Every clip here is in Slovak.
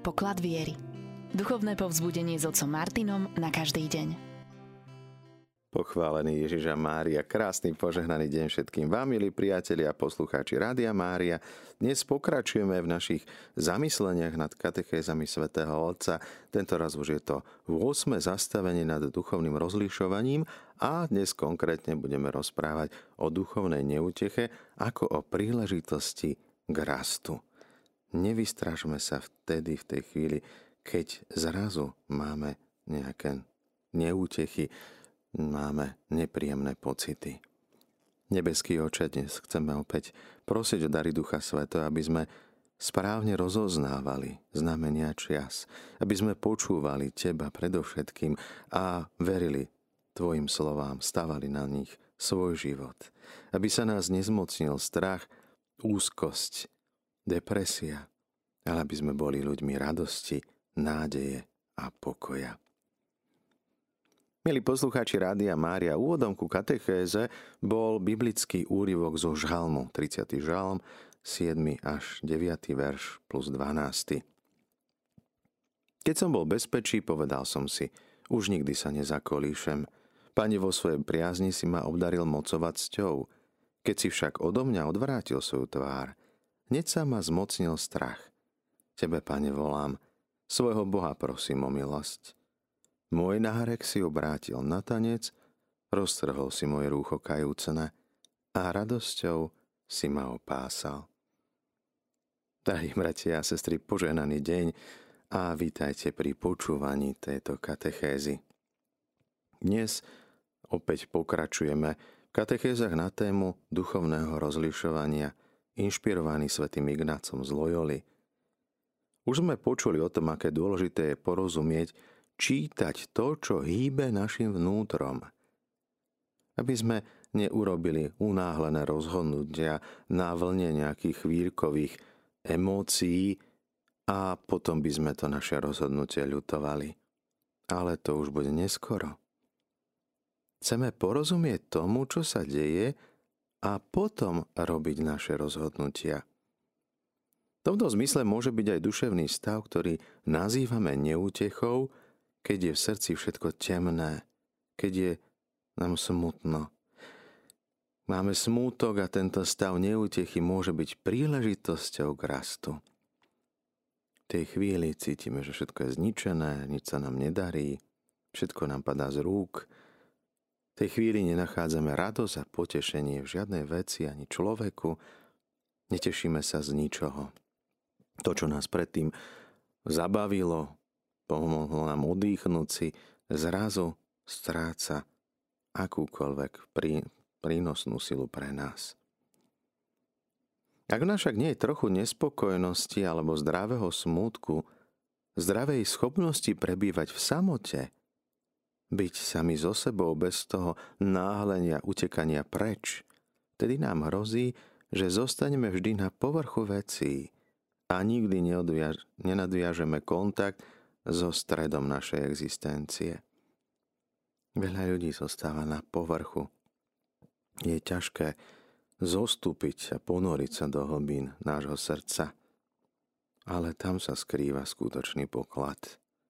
poklad viery. Duchovné povzbudenie s otcom Martinom na každý deň. Pochválený Ježiš a Mária, krásny požehnaný deň všetkým vám, milí priatelia a poslucháči Rádia Mária. Dnes pokračujeme v našich zamysleniach nad katechézami svätého Otca. Tento raz už je to 8. zastavenie nad duchovným rozlišovaním a dnes konkrétne budeme rozprávať o duchovnej neúteche ako o príležitosti k rastu. Nevystražme sa vtedy, v tej chvíli, keď zrazu máme nejaké neútechy, máme nepríjemné pocity. Nebeský Oče, dnes chceme opäť prosiť o dary Ducha Svätého, aby sme správne rozoznávali znamenia čias, aby sme počúvali Teba predovšetkým a verili Tvojim slovám, stavali na nich svoj život. Aby sa nás nezmocnil strach, úzkosť, depresia, ale aby sme boli ľuďmi radosti, nádeje a pokoja. Milí poslucháči Rádia Mária, úvodom ku katechéze bol biblický úryvok zo Žalmu, 30. žalm, 7. až 9. verš plus 12. Keď som bol v bezpečí, povedal som si, už nikdy sa nezakolíšem. Pane, vo svojej priazni si ma obdaril mocovať cťou. Keď si však odo mňa odvrátil svoju tvár, hneď sa ma zmocnil strach. Tebe, Pane, volám, svojho Boha prosím o milosť. Môj nárek si obrátil na tanec, roztrhol si moje rúcho kajúcne a radosťou si ma opásal. Drahí bratia a sestry, požehnaný deň a vítajte pri počúvaní tejto katechézy. Dnes opäť pokračujeme v katechézach na tému duchovného rozlišovania, inšpirovaný svätým Ignácom z Loyoli. Už sme počuli o tom, aké dôležité je porozumieť, čítať to, čo hýbe našim vnútrom. Aby sme neurobili unáhlené rozhodnutia na vlne nejakých chvíľkových emócií a potom by sme to naše rozhodnutie ľutovali. Ale to už bude neskoro. Chceme porozumieť tomu, čo sa deje a potom robiť naše rozhodnutia. V tomto zmysle môže byť aj duševný stav, ktorý nazývame neútechou, keď je v srdci všetko temné, keď je nám smutno. Máme smútok a tento stav neútechy môže byť príležitosťou k rastu. V tej chvíli cítime, že všetko je zničené, nič sa nám nedarí, všetko nám padá z rúk. V tej chvíli nenachádzame radosť a potešenie v žiadnej veci ani človeku, netešíme sa z ničoho. To, čo nás predtým zabavilo, pomohlo nám odýchnúť si, zrazu stráca akúkoľvek prínosnú silu pre nás. Ak však nie je trochu nespokojnosti alebo zdravého smútku, zdravej schopnosti prebývať v samote, byť sami so sebou bez toho náhlenia, utekania preč, tedy nám hrozí, že zostaneme vždy na povrchu vecí a nikdy nenadviažeme kontakt so stredom našej existencie. Veľa ľudí zostáva na povrchu. Je ťažké zostúpiť a ponoriť sa do hlbín nášho srdca, ale tam sa skrýva skutočný poklad.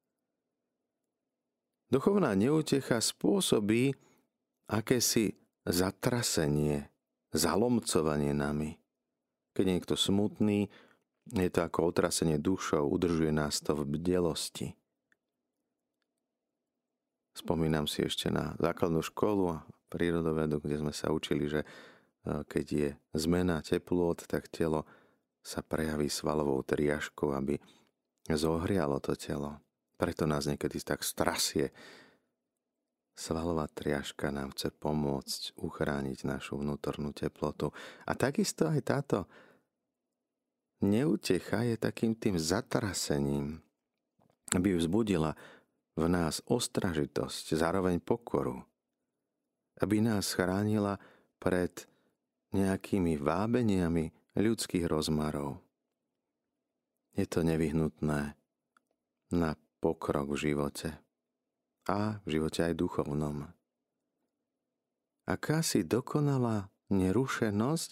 Duchovná neútecha spôsobí akési zatrasenie, zalomcovanie nami. Keď je niekto smutný, je to ako otrasenie dušou, udržuje nás to v bdelosti. Spomínam si ešte na základnú školu a prírodovedu, kde sme sa učili, že keď je zmena teplôt, tak telo sa prejaví svalovou triažkou, aby zohrialo to telo. Preto nás niekedy tak strasie. Svalová triažka nám chce pomôcť uchrániť našu vnútornú teplotu. A takisto aj táto neútecha je takým tým zatrasením, aby vzbudila v nás ostražitosť, zároveň pokoru, aby nás chránila pred nejakými vábeniami ľudských rozmarov. Je to nevyhnutné na pokrok v živote a v živote aj duchovnom. Akási dokonalá nerušenosť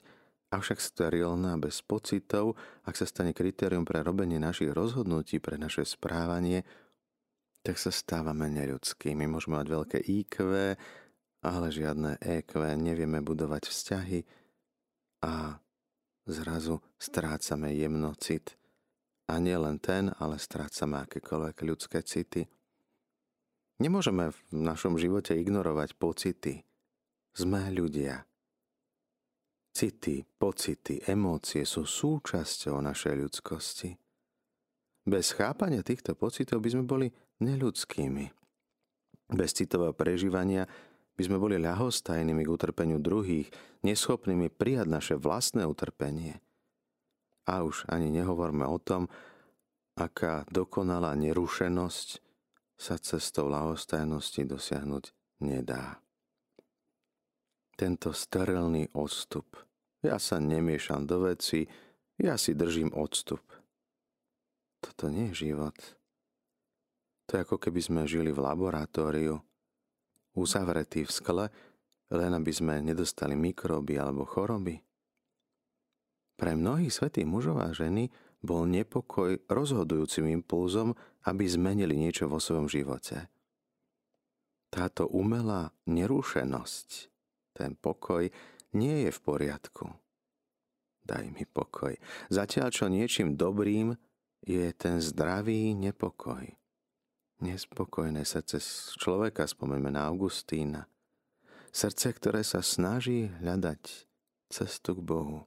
avšak sterilná, bez pocitov, ak sa stane kritérium pre robenie našich rozhodnutí, pre naše správanie, tak sa stávame neľudskými. Môžeme mať veľké IQ, ale žiadne EQ, nevieme budovať vzťahy a zrazu strácame jemnocit. A nie len ten, ale strácame akékoľvek ľudské city. Nemôžeme v našom živote ignorovať pocity. Sme ľudia. City, pocity, emócie sú súčasťou našej ľudskosti. Bez chápania týchto pocitov by sme boli neľudskými. Bez citového prežívania by sme boli ľahostajnými k utrpeniu druhých, neschopnými prijať naše vlastné utrpenie. A už ani nehovorme o tom, aká dokonalá nerušenosť sa cestou ľahostajnosti dosiahnuť nedá. Tento sterilný odstup. Ja sa nemiešam do veci, ja si držím odstup. Toto nie je život. To je ako keby sme žili v laboratóriu, uzavretí v skle, len aby sme nedostali mikróby alebo choroby. Pre mnohých svätých mužov a ženy bol nepokoj rozhodujúcim impulzom, aby zmenili niečo vo svojom živote. Táto umelá nerušenosť, ten pokoj, nie je v poriadku. Daj mi pokoj. Zatiaľ, čo niečím dobrým je ten zdravý nepokoj. Nespokojné srdce človeka, spomeňme na Augustína. Srdce, ktoré sa snaží hľadať cestu k Bohu.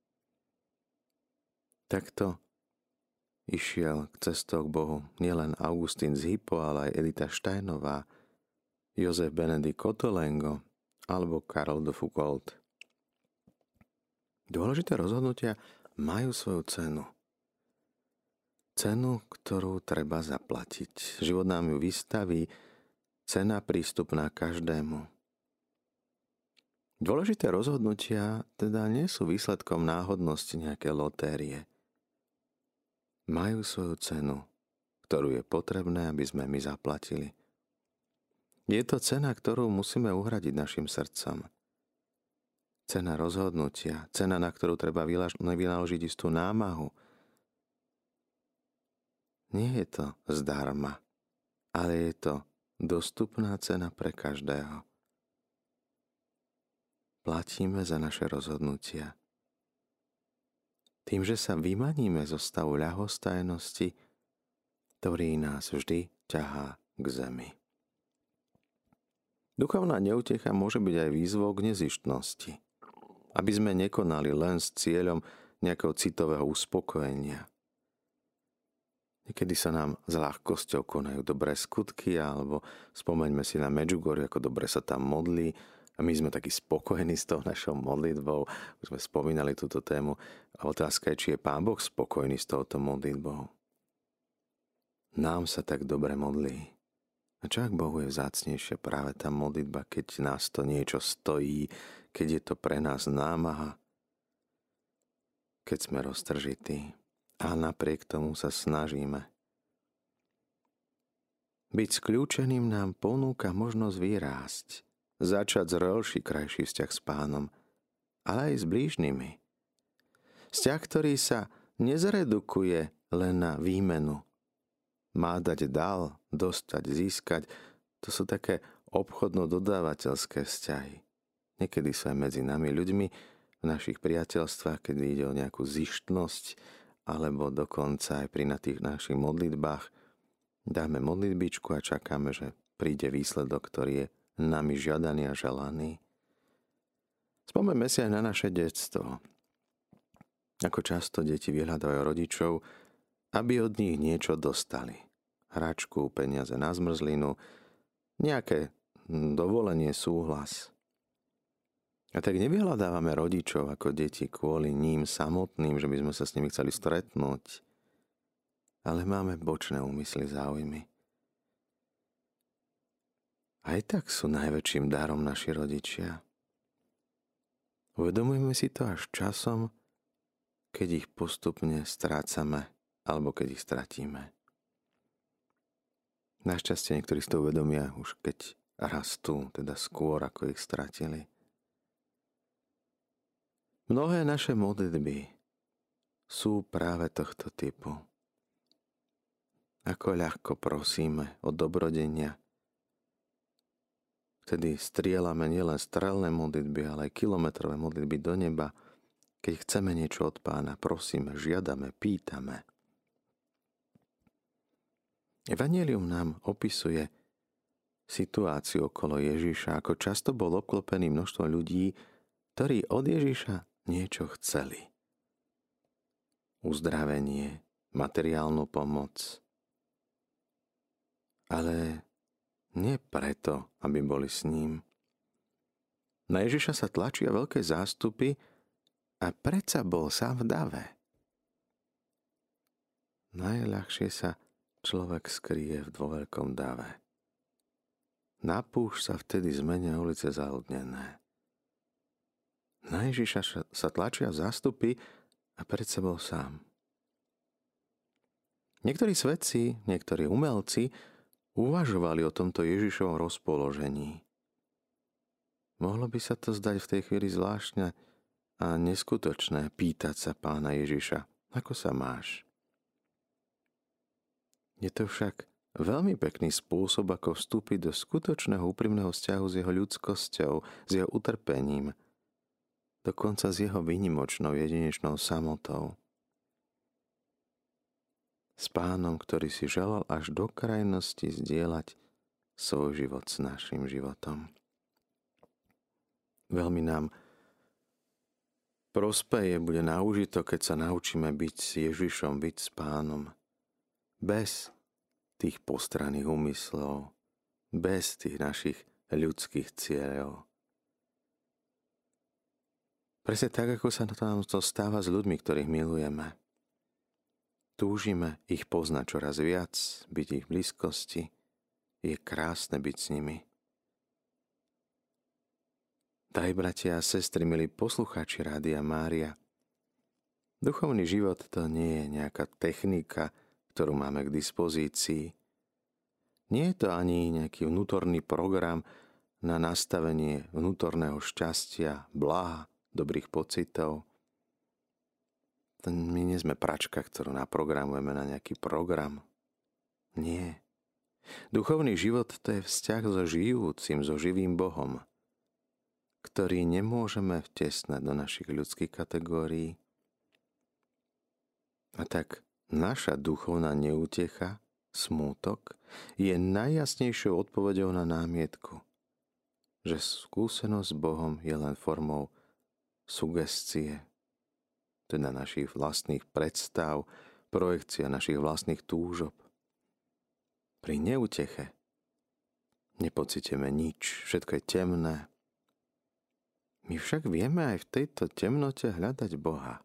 Takto išiel k cestou k Bohu nielen Augustín z Hippo, ale aj Edita Steinová, Jozef Benedikt Ottolengho alebo Karol de Foucault. Dôležité rozhodnutia majú svoju cenu. Cenu, ktorú treba zaplatiť. Život nám ju vystaví, cena prístupná každému. Dôležité rozhodnutia teda nie sú výsledkom náhodnosti nejaké lotérie. Majú svoju cenu, ktorú je potrebné, aby sme my zaplatili. Je to cena, ktorú musíme uhradiť našim srdcom. Cena rozhodnutia, cena, na ktorú treba vynaložiť istú námahu. Nie je to zdarma, ale je to dostupná cena pre každého. Platíme za naše rozhodnutia. Tým, že sa vymaníme zo stavu ľahostajnosti, ktorý nás vždy ťahá k zemi. Duchovná neutecha môže byť aj výzvou k nezištnosti, aby sme nekonali len s cieľom nejakého citového uspokojenia. Niekedy sa nám s ľahkosťou konajú dobré skutky, alebo spomeňme si na Medjugorje, ako dobre sa tam modlí, a my sme takí spokojní s tou našou modlitbou. Už sme spomínali túto tému. A otázka je, či je Pán Boh spokojný s touto modlitbou. Nám sa tak dobre modlí. A čo ak Bohu je vzácnejšia práve tá modlitba, keď nás to niečo stojí, keď je to pre nás námaha, keď sme roztržití a napriek tomu sa snažíme. Byť skľúčeným nám ponúka možnosť vyrásť, začať zrelší, krajší vzťah s Pánom, ale aj s blížnymi. Vzťah, ktorý sa nezredukuje len na výmenu. Má dať dal, dostať, získať. To sú také obchodno-dodávateľské vzťahy. Niekedy sú aj medzi nami ľuďmi v našich priateľstvách, kedy ide o nejakú zištnosť, alebo dokonca aj pri tých našich modlitbách dáme modlitbičku a čakáme, že príde výsledok, ktorý je nami žiadaný a želaný. Spomeňme si aj na naše detstvo. Ako často deti vyhľadávajú rodičov, aby od nich niečo dostali. Hračku, peniaze na zmrzlinu, nejaké dovolenie, súhlas. A tak nevyhľadávame rodičov ako deti kvôli ním samotným, že by sme sa s nimi chceli stretnúť, ale máme bočné úmysly, záujmy. Aj tak sú najväčším darom naši rodičia. Uvedomujeme si to až časom, keď ich postupne strácame alebo keď ich stratíme. Našťastie niektorí si to uvedomia už keď rastú, teda skôr ako ich stratili. Mnohé naše modlitby sú práve tohto typu. Ako ľahko prosíme o dobrodenia. Vtedy strieľame nielen strelné modlitby, ale aj kilometrové modlitby do neba. Keď chceme niečo od Pána, prosíme, žiadame, pýtame. Evanjelium nám opisuje situáciu okolo Ježiša, ako často bol obklopený množstvo ľudí, ktorí od Ježiša niečo chceli. Uzdravenie, materiálnu pomoc. Ale nie preto, aby boli s ním. Na Ježiša sa tlačia veľké zástupy a predsa bol sám v dave. Najľahšie sa človek skrie v dôveľkom dave. Na púšť sa vtedy zmenia ulice zaludnené. Na Ježiša sa tlačia zástupy a predsa bol sám. Niektorí svedci, niektorí umelci uvažovali o tomto Ježišovom rozpoložení. Mohlo by sa to zdať v tej chvíli zvláštne a neskutočné pýtať sa Pána Ježiša, ako sa máš? Je to však veľmi pekný spôsob, ako vstúpiť do skutočného úprimného vzťahu s jeho ľudskosťou, s jeho utrpením, dokonca s jeho výnimočnou jedinečnou samotou. S Pánom, ktorý si želal až do krajnosti zdieľať svoj život s našim životom. Veľmi nám prospeje, bude na úžitok, keď sa naučíme byť s Ježišom, byť s Pánom. Bez tých postranných úmyslov, bez tých našich ľudských cieľov. Presne tak, ako sa nám to stáva s ľuďmi, ktorých milujeme. Túžime ich poznať čoraz viac, byť ich v blízkosti. Je krásne byť s nimi. Drahí bratia a sestry, milí poslucháči Rádia Mária, duchovný život to nie je nejaká technika, ktorú máme k dispozícii. Nie je to ani nejaký vnútorný program na nastavenie vnútorného šťastia, bláha, dobrých pocitov. My nie sme pračka, ktorú naprogramujeme na nejaký program. Nie. Duchovný život to je vzťah so žijúcim, so živým Bohom, ktorý nemôžeme vtesnať do našich ľudských kategórií. A tak naša duchovná neútecha, smútok, je najjasnejšou odpoveďou na námietku, že skúsenosť s Bohom je len formou sugestie, teda našich vlastných predstav, projekcia našich vlastných túžob. Pri neúteche nepocítime nič, všetko je temné. My však vieme aj v tejto temnote hľadať Boha.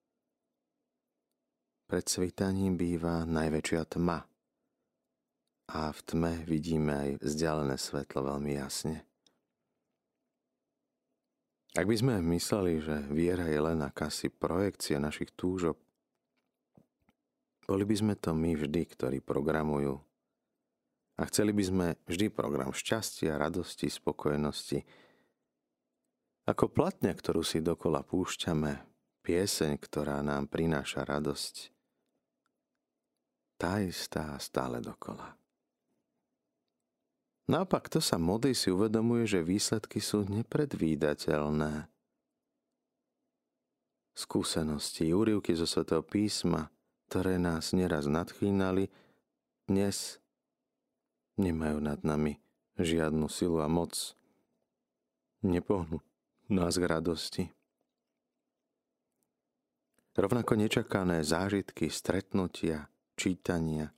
Pred svítaním býva najväčšia tma a v tme vidíme aj vzdialené svetlo veľmi jasne. Ak by sme mysleli, že viera je len akási projekcia našich túžob, boli by sme to my vždy, ktorí programujú. A chceli by sme vždy program šťastia, radosti, spokojnosti. Ako platňa, ktorú si dokola púšťame, pieseň, ktorá nám prináša radosť, tá istá stále dokola. Naopak, kto sa modlí, si uvedomuje, že výsledky sú nepredvídateľné. Skúsenosti, úryvky zo Svätého písma, ktoré nás neraz nadchýnali, dnes nemajú nad nami žiadnu silu a moc. Nepohnú nás k radosti. Rovnako nečakané zážitky, stretnutia, čítania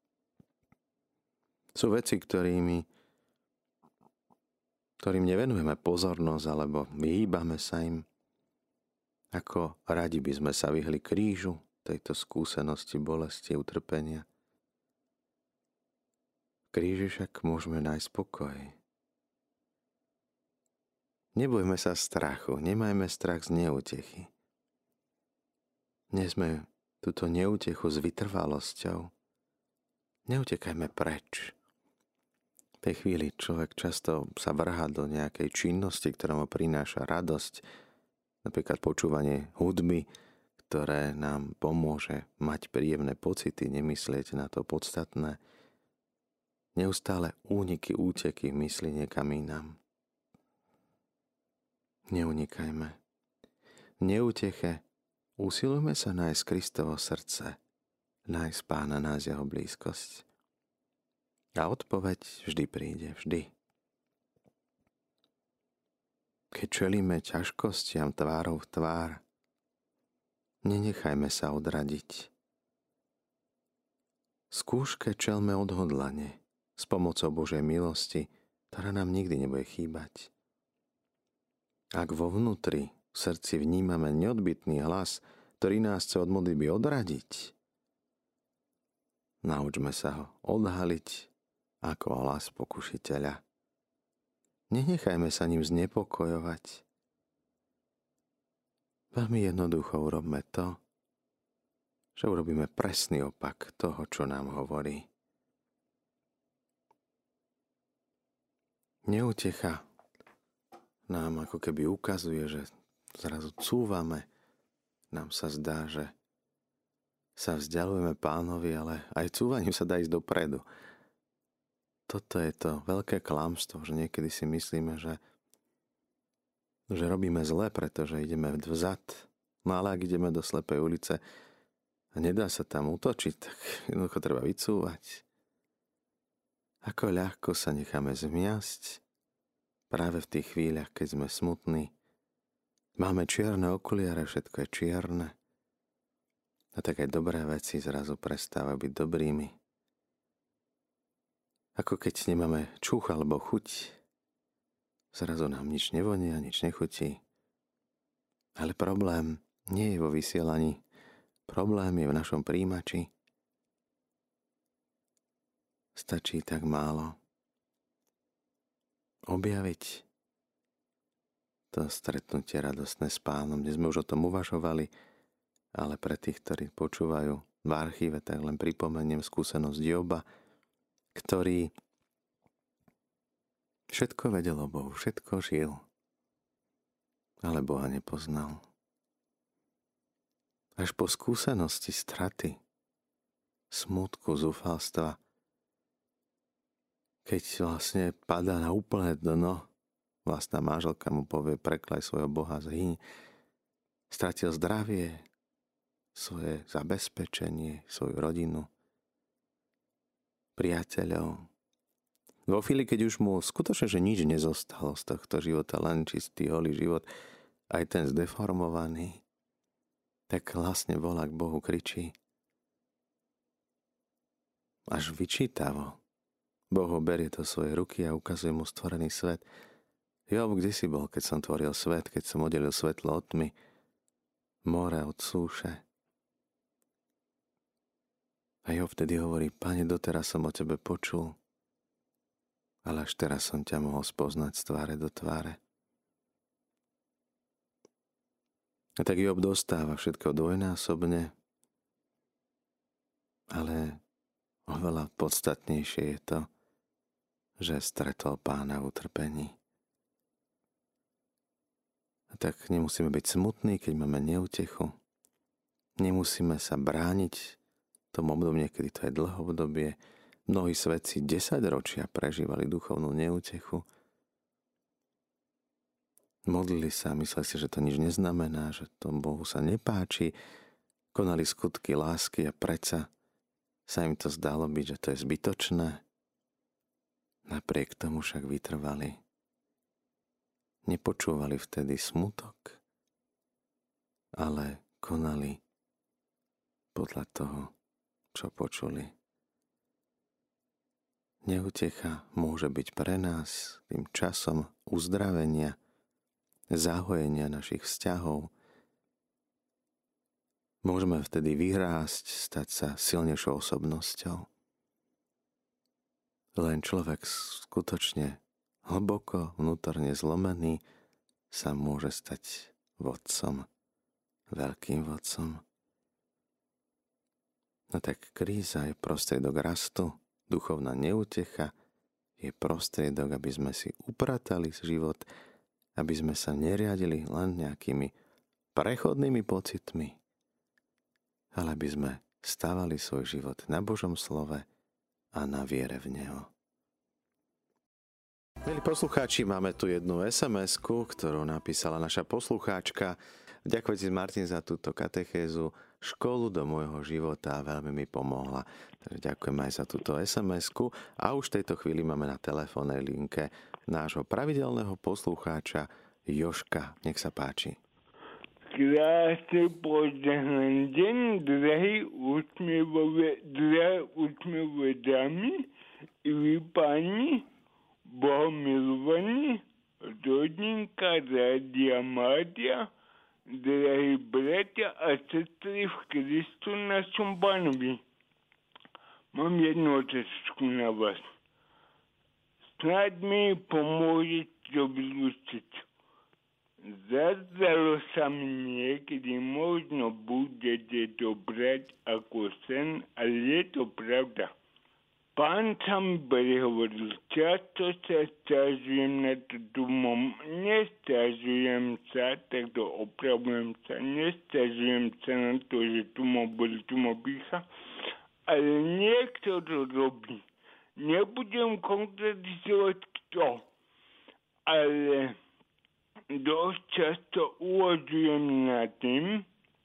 sú veci, ktorým nevenujeme pozornosť alebo vyhýbame sa im. Ako radi by sme sa vyhli krížu tejto skúsenosti, bolesti, utrpenia. V kríži však môžeme nájsť pokoj. Nebojme sa strachu, nemajme strach z neútechy. Nesme túto neútechu s vytrvalosťou. Neutekajme preč. V tej chvíli človek často sa vrhá do nejakej činnosti, ktorá mu prináša radosť, napríklad počúvanie hudby, ktoré nám pomôže mať príjemné pocity, nemyslieť na to podstatné. Neustále úniky, úteky v mysli niekam inám. Neunikajme. V neúteche usilujme sa nájsť Kristovo srdce, nájsť Pána, nájsť jeho blízkosť. A odpoveď vždy príde, vždy. Keď čelíme ťažkostiam tvárou v tvár, nenechajme sa odradiť. Skúške čelme odhodlane, s pomocou Božej milosti, ktorá nám nikdy nebude chýbať. Ak vo vnútri, v srdci vnímame neodbytný hlas, ktorý nás chce od modlitby odradiť, naučme sa ho odhaliť ako hlas pokušiteľa. Nenechajme sa ním znepokojovať. Veľmi jednoducho urobme to, že urobíme presný opak toho, čo nám hovorí. Neútecha nám ako keby ukazuje, že zrazu cúvame. Nám sa zdá, že sa vzdialujeme Pánovi, ale aj cúvaním sa dá ísť dopredu. Toto je to veľké klamstvo, že niekedy si myslíme, že robíme zle, pretože ideme vzad. No ale ak ideme do slepej ulice a nedá sa tam utočiť, tak jednoducho treba vycúvať. Ako ľahko sa necháme zmiasť práve v tých chvíľach, keď sme smutní. Máme čierne okuliare, všetko je čierne. A tak aj dobré veci zrazu prestávajú byť dobrými. Ako keď nemáme čuch alebo chuť, zrazu nám nič nevonia, nič nechutí. Ale problém nie je vo vysielaní. Problém je v našom príjimači. Stačí tak málo objaviť to stretnutie radostné s Pánom. Dnes sme už o tom uvažovali, ale pre tých, ktorí počúvajú v archíve, tak len pripomeniem skúsenosť Joba, ktorý všetko vedel o Bohu, všetko žil, ale Boha nepoznal. Až po skúsenosti straty, smútku, zúfalstva, keď vlastne padá na úplné dno, vlastná manželka mu povie, preklaj svojho Boha, zhyň, stratil zdravie, svoje zabezpečenie, svoju rodinu, priateľov. Vo chvíli, keď už mu skutočne, že nič nezostalo z tohto života, len čistý, holý život, aj ten zdeformovaný, tak vlastne volá k Bohu, kričí. Až vyčítavo. Boh ho berie do svojej ruky a ukazuje mu stvorený svet. Job, kde si bol, keď som tvoril svet, keď som oddelil svetlo od tmy, more od súše? A Job vtedy hovorí, Pane, doteraz som o tebe počul, ale až teraz som ťa mohol spoznať z tváre do tváre. A tak Job dostáva všetko dvojnásobne, ale oveľa podstatnejšie je to, že stretol Pána v utrpení. A tak nemusíme byť smutní, keď máme neútechu. Nemusíme sa brániť v tom období, kedy to je dlho obdobie. Mnohí svedci 10 ročia prežívali duchovnú neútechu. Modlili sa, mysleli si, že to nič neznamená, že to Bohu sa nepáči. Konali skutky lásky a predsa sa im to zdalo byť, že to je zbytočné. Napriek tomu však vytrvali. Nepočúvali vtedy smutok, ale konali podľa toho, čo počuli. Neútecha môže byť pre nás tým časom uzdravenia, zahojenia našich vzťahov. Môžeme vtedy vyrásť, stať sa silnejšou osobnosťou. Len človek skutočne hlboko, vnútorne zlomený sa môže stať vodcom, veľkým vodcom. No tak kríza je prostriedok rastu, duchovná neútecha je prostriedok, aby sme si upratali život, aby sme sa neriadili len nejakými prechodnými pocitmi, ale aby sme stavali svoj život na Božom slove a na viere v Neho. Milí poslucháči, máme tu jednu SMS-ku, ktorú napísala naša poslucháčka. Ďakujem ti, Martin, za túto katechézu, školu do môjho života, veľmi mi pomohla. Takže ďakujem aj za túto SMS-ku. A už v tejto chvíli máme na telefónnej linke nášho pravidelného poslucháča Jožka. Nech sa páči. Krásny požehnaný deň, drahé úsmievové dámy i vy páni, bohomilovaní, rodinka Rádia Mária, drahí bratia a sestry v Kristu našom Pánovi. Mám jednu otázku na vás. Snáď mi pomôžete to vylúčiť. Zazdalo sa mi niekedy, možno budete to brať ako sen, ale je to pravda. Pán sa mi prehovoril, často sa sťažujem na to, nesťažujem sa, takto opravujem sa, nesťažujem sa na to, že tu ma boli, tu ma pícha, ale niekto to robí. Nebudem konkretizovať kto, ale dosť často uvažujem nad tým,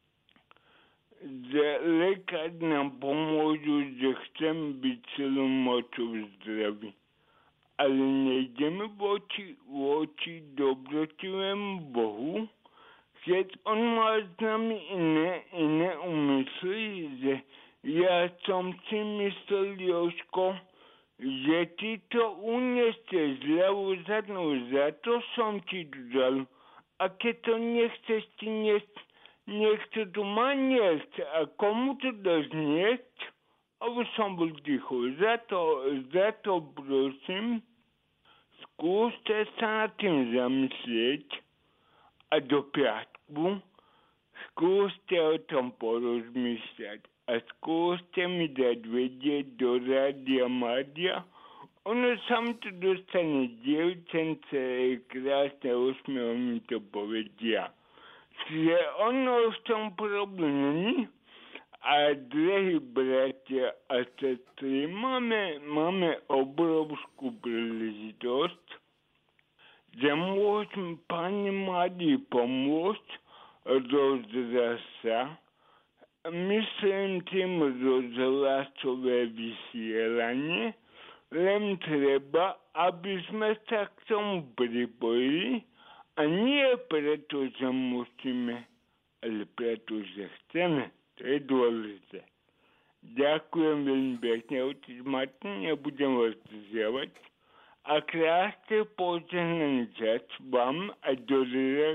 že lekár nám pomôžu, že chcem byť celou mocou zdravý. Ale nejdeme voči dobrotivému Bohu, keď on má s nami iné úmysly, že ja som si myslel, Jožko, že ty to uniesieš ľavú zadnú, za to som ti to dal. A keď to nechceš ti niesť, niekto tu má niesť. A komu to dáš niesť? A už som bol ticho. Za to prosím, skúste sa nad tým zamyslieť a do piatku skúste o tom porozmýšľať. A skúste mi dať vedieť do Rádia Mária. Ono sa mi to dostane, dievčence, krásne úsmevom mi to povedia. Že ono v tom problém není. A drahí bratia a sestry, máme obrovskú príležitosť, že môžeme Pani Márii pomôcť rozrásť sa. Myslím tým rozhlasové vysielanie, len treba, aby sme sa k tomu pripojili a nie preto, že musíme, ale preto, že chceme. To je dôležité. Ďakujem veľmi pekne, otec Martin, nebudem vás zdržiavať. A krásne požehnaný čas vám aj do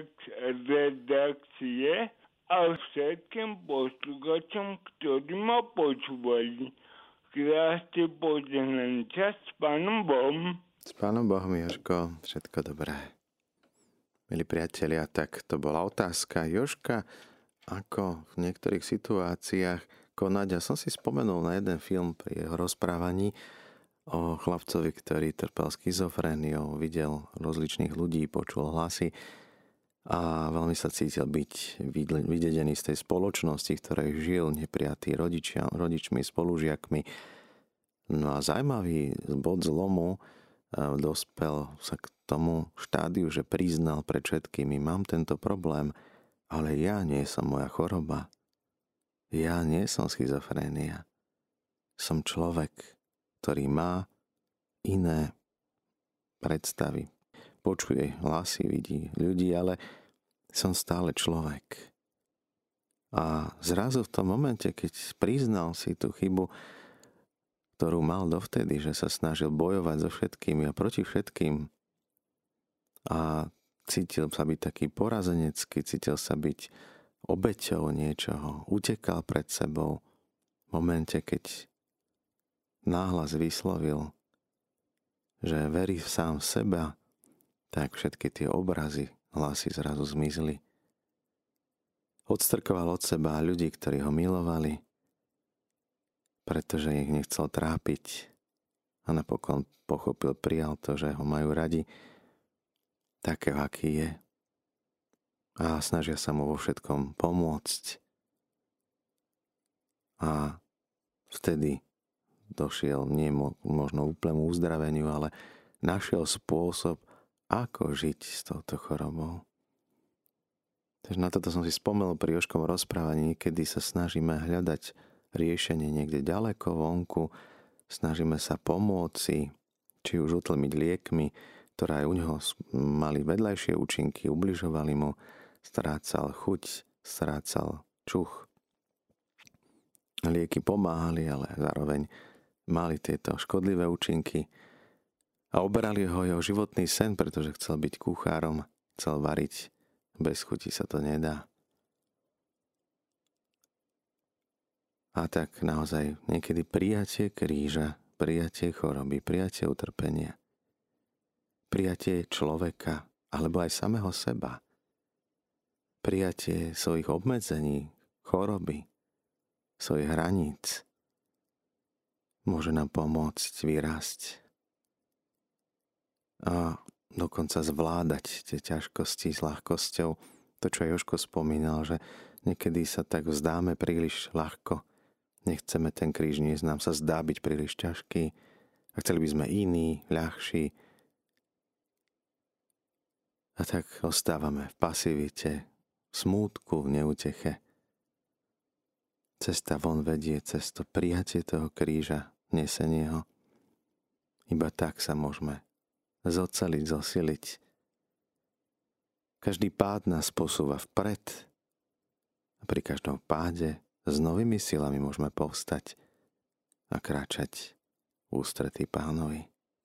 redakcie a všetkým poslucháčom, ktorí ma počúvali. Krásne požehnaný čas s Pánom Bohom. S Pánom Bohom, Jožko, všetko dobré. Milí priatelia, tak to bola otázka Jožka, ako v niektorých situáciách konať. A som si spomenul na jeden film pri jeho rozprávaní o chlapcovi, ktorý trpel schizofréniou, videl rozličných ľudí, počul hlasy a veľmi sa cítil byť vydedený z tej spoločnosti, v ktorej žil, neprijatý rodičmi, spolužiakmi. No a zaujímavý bod zlomu, dospel sa k tomu štádiu, že priznal pred všetkými, mám tento problém, ale ja nie som moja choroba. Ja nie som schizofrénia. Som človek, ktorý má iné predstavy. Počuje hlasy, vidí ľudí, ale som stále človek. A zrazu v tom momente, keď priznal si tú chybu, ktorú mal dovtedy, že sa snažil bojovať so všetkými a proti všetkým a cítil sa byť taký porazenecký, cítil sa byť obeťou niečoho, utekal pred sebou v momente, keď náhlas vyslovil, že verí sám v seba, tak všetky tie obrazy, hlasy zrazu zmizli. Odstrkoval od seba ľudí, ktorí ho milovali, pretože ich nechcel trápiť a napokon pochopil, prijal to, že ho majú radi takého, aký je. a snažia sa mu vo všetkom pomôcť. A vtedy došiel nie možno úplnému uzdraveniu, ale našiel spôsob, ako žiť s touto chorobou. Takže na toto som si spomenul pri Jožkom rozprávaní, kedy sa snažíme hľadať riešenie niekde ďaleko vonku, snažíme sa pomôcť si, či už utlmiť liekmi, ktoré aj u neho mali vedľajšie účinky, ubližovali mu, strácal chuť, strácal čuch. Lieky pomáhali, ale zároveň mali tieto škodlivé účinky a oberali ho jeho životný sen, pretože chcel byť kuchárom, chcel variť. Bez chuti sa to nedá. A tak naozaj niekedy prijatie kríža, prijatie choroby, prijatie utrpenia, prijatie človeka alebo aj samého seba, prijatie svojich obmedzení, choroby, svojich hraníc môže nám pomôcť vyrásť a dokonca zvládať tie ťažkosti s ľahkosťou. To, čo Jožko spomínal, že niekedy sa tak vzdáme príliš ľahko. Nechceme ten kríž niesť, nám sa zdá byť príliš ťažký a chceli by sme iný, ľahší. A tak ostávame v pasivite, v smútku, v neúteche. Cesta von vedie cez to prijatie toho kríža, nesenie ho. Iba tak sa môžeme zoceliť, zosiliť. Každý pád nás posúva vpred a pri každom páde s novými silami môžeme povstať a kráčať v ústretí Pánovi.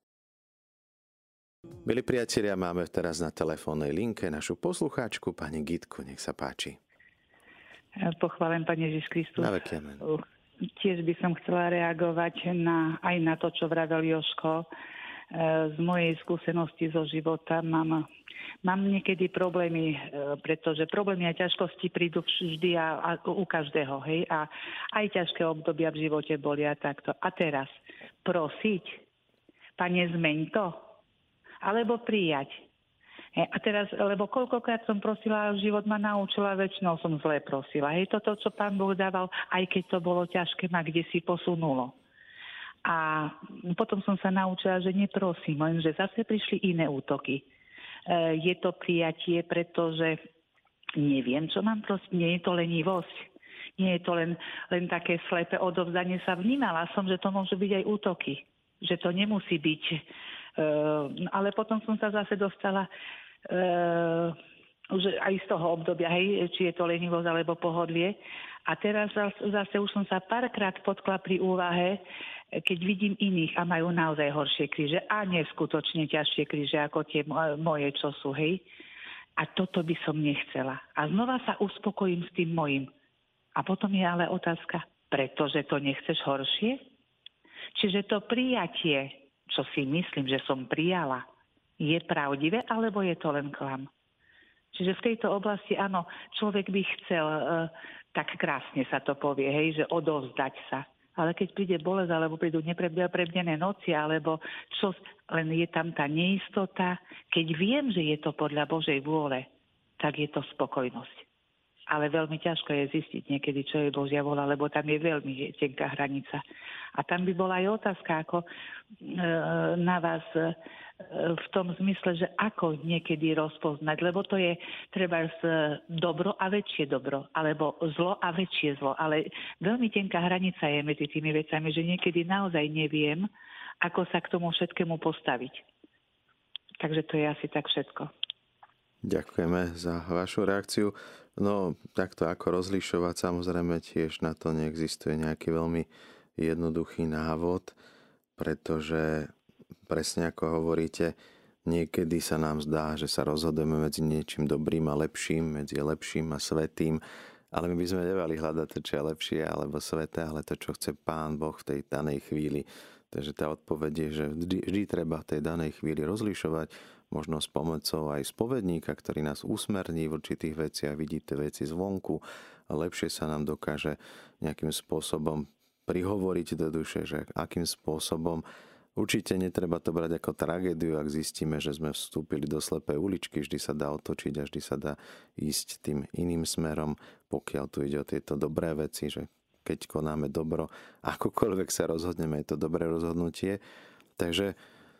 Milí priatelia, máme teraz na telefónnej linke našu poslucháčku, pani Gitku, nech sa páči. Pochválen Pane Ježiš Kristus. Na veky amen. Tiež by som chcela reagovať aj na to, čo vravel Jožko. Z mojej skúsenosti zo života mám niekedy problémy, pretože problémy a ťažkosti prídu vždy a u každého, hej, a aj ťažké obdobia v živote boli a takto. A teraz prosiť, Pane, zmeň to, alebo prijať. A teraz, lebo koľkokrát som prosila, život ma naučila, väčšinou som zle prosila. Hej, toto, čo Pán Boh dával, aj keď to bolo ťažké, ma kde si posunulo. A potom som sa naučila, že neprosím, lenže zase prišli iné útoky. Je to prijatie, pretože neviem, čo mám prosiť. Nie je to lenivosť. Nie je to len také slepé odovzdanie sa. Vnímala som, že to môžu byť aj útoky. Že to nemusí byť. Ale potom som sa zase dostala už aj z toho obdobia, hej, či je to lenivosť alebo pohodlie. A teraz zase už som sa párkrát potkla pri úvahe, keď vidím iných a majú naozaj horšie kríže a neskutočne ťažšie kríže ako tie moje, čo sú, hej. A toto by som nechcela. A znova sa uspokojím s tým mojim. A potom je ale otázka, pretože to nechceš horšie? Čiže to prijatie, čo si myslím, že som prijala, je pravdivé, alebo je to len klam? Čiže v tejto oblasti, áno, človek by chcel, tak krásne sa to povie, hej, že odovzdať sa. Ale keď príde bolesť, alebo prídu neprebdené noci, alebo čo, len je tam tá neistota, keď viem, že je to podľa Božej vôle, tak je to spokojnosť. Ale veľmi ťažko je zistiť niekedy, čo je Božia vôľa, lebo tam je veľmi tenká hranica. A tam by bola aj otázka, ako na vás v tom zmysle, že ako niekedy rozpoznať, lebo to je treba dobro a väčšie dobro, alebo zlo a väčšie zlo. Ale veľmi tenká hranica je medzi tými vecami, že niekedy naozaj neviem, ako sa k tomu všetkému postaviť. Takže to je asi tak všetko. Ďakujeme za vašu reakciu. No, takto ako rozlišovať, samozrejme tiež na to neexistuje nejaký veľmi jednoduchý návod, pretože presne ako hovoríte, niekedy sa nám zdá, že sa rozhodujeme medzi niečím dobrým a lepším, medzi lepším a svätým, ale my by sme nemali hľadať to, čo je lepšie alebo sväté, ale to, čo chce Pán Boh v tej danej chvíli. Takže tá odpoveď je, že vždy treba v tej danej chvíli rozlišovať, možno s pomocou aj spovedníka, ktorý nás usmerní v určitých veciach, vidí tie veci zvonku a lepšie sa nám dokáže nejakým spôsobom prihovoriť do duše, že akým spôsobom určite netreba to brať ako tragédiu, ak zistíme, že sme vstúpili do slepej uličky. Vždy sa dá otočiť a vždy sa dá ísť tým iným smerom, pokiaľ tu ide o tieto dobré veci, že keď konáme dobro, akokoľvek sa rozhodneme, je to dobré rozhodnutie. Takže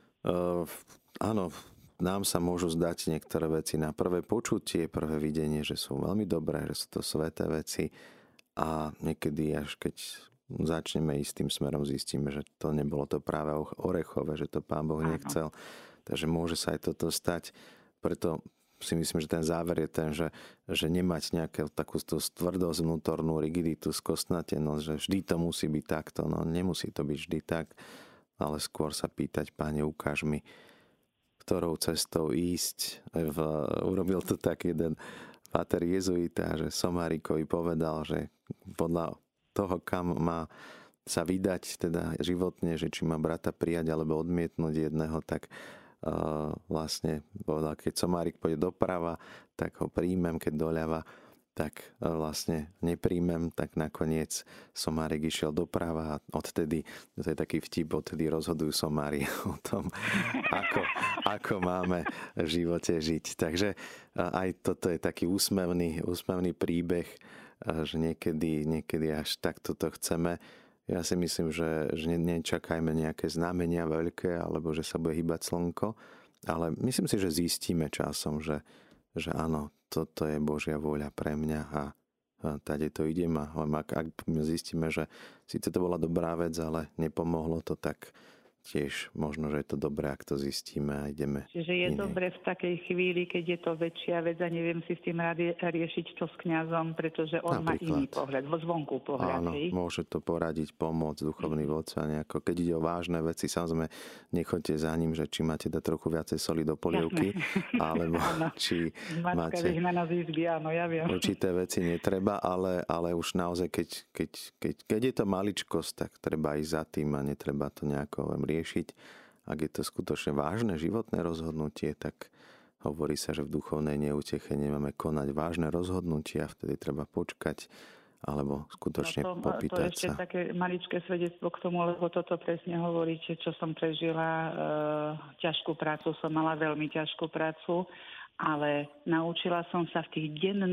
áno, nám sa môžu zdať niektoré veci na prvé počutie, prvé videnie, že sú veľmi dobré, že sú to sväté veci a niekedy až keď začneme ísť tým smerom, zistíme, že to nebolo to práve orechové, že to Pán Boh nechcel. Takže môže sa aj toto stať. Preto si myslím, že ten záver je ten, že nemať nejakú takú tvrdosť, vnútornú rigiditu, skostnatenosť, že vždy to musí byť takto. No nemusí to byť vždy tak, ale skôr sa pýtať: Páne, ukáž mi, ktorou cestou ísť. Urobil to tak jeden páter jezuita, že Somárikovi povedal, že podľa toho, kam má sa vydať teda životne, že či má brata prijať alebo odmietnúť jedného, tak vlastne povedal, keď Somárik pôjde doprava, tak ho príjmem, keď doľava, tak vlastne nepríjmem, tak nakoniec Somárik išiel doprava a odtedy, to je taký vtip, odtedy rozhodujú somári o tom, ako máme v živote žiť. Takže aj toto je taký úsmevný príbeh, že niekedy až takto to chceme. Ja si myslím, že nečakajme nejaké znamenia veľké, alebo že sa bude hýbať slnko, ale myslím si, že zistíme časom, že áno, toto je Božia vôľa pre mňa a tady to idem. A ak zistíme, že síce to bola dobrá vec, ale nepomohlo to, tak tiež možno, že je to dobré, ak to zistíme a ideme. Čiže je dobre v takej chvíli, keď je to väčšia vec a neviem si s tým riešiť to s kňazom, pretože on má iný pohľad, zvonku pohľad. Áno, môže to poradiť, pomôcť duchovný vodca nejako. Keď ide o vážne veci, samozrejme, nechoďte za ním, že či máte dať trochu viacej soli do polievky, alebo či máte... Áno, ja viem. Určité veci netreba, ale už naozaj, keď je to maličkosť, tak treba ísť za tým a netreba to nejako riešiť. Ak je to skutočne vážne životné rozhodnutie, tak hovorí sa, že v duchovnej neúteche nemáme konať vážne rozhodnutia, vtedy treba počkať alebo skutočne popýtať sa. To ešte také maličké svedectvo k tomu, lebo toto presne hovoríte, čo som prežila. Ťažkú prácu som mala, veľmi ťažkú prácu, ale naučila som sa v tých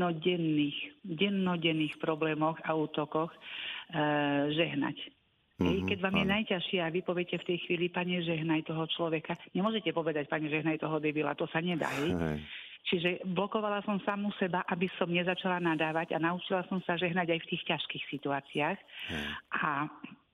dennodenných problémoch a útokoch žehnať. Keď vám je najťažšie a vy poviete v tej chvíli: Pane, žehnaj toho človeka. Nemôžete povedať: Pane, žehnaj toho debila, to sa nedá. Čiže blokovala som samú seba, aby som nezačala nadávať a naučila som sa žehnať aj v tých ťažkých situáciách. A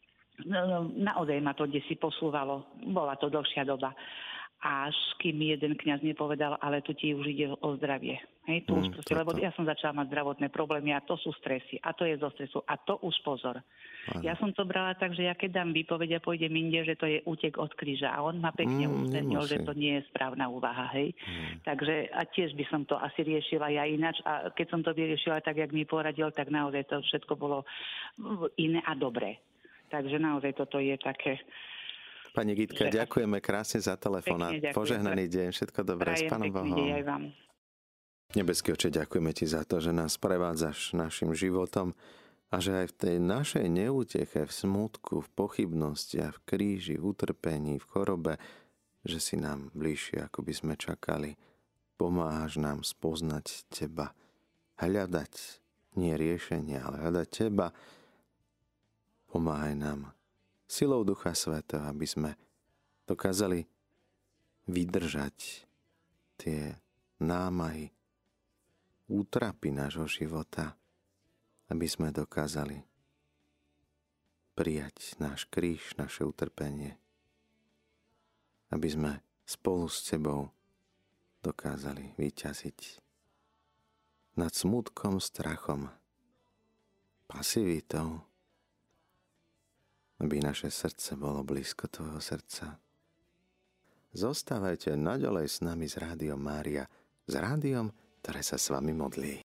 naozaj ma to desi posúvalo. Bola to dlhšia doba. Až kým mi jeden kňaz nepovedal: ale tu ti už ide o zdravie. Tu už proste, lebo ja som začala mať zdravotné problémy a to sú stresy a to je zo stresu a to už pozor. Ja som to brala tak, že ja keď dám výpoveď a pôjdem inde, že to je útek od kríža a on ma pekne usmernil, že to nie je správna úvaha. Takže a tiež by som to asi riešila ja ináč a keď som to vyriešila tak, jak mi poradil, tak naozaj to všetko bolo iné a dobré. Takže naozaj toto je také... Pani Gitka, ďakujeme krásne za telefón a požehnaný deň. Všetko dobré, s Pánom Bohom. Aj vám. Nebeský Oče, ďakujeme Ti za to, že nás prevádzaš našim životom a že aj v tej našej neúteche, v smútku, v pochybnostiach, v kríži, v utrpení, v chorobe, že si nám bližšie, ako by sme čakali. Pomáhaš nám spoznať Teba, hľadať nie riešenia, ale hľadať Teba. Pomáhaj nám silou Ducha Svätého, aby sme dokázali vydržať tie námahy, útrapy nášho života, aby sme dokázali prijať náš kríž, naše utrpenie, aby sme spolu s Tebou dokázali vyťaziť nad smútkom, strachom, pasivitou, aby naše srdce bolo blízko Tvojho srdca. Zostávajte naďalej s nami z Rádiom Mária, s rádiom, ktoré sa s vami modlí.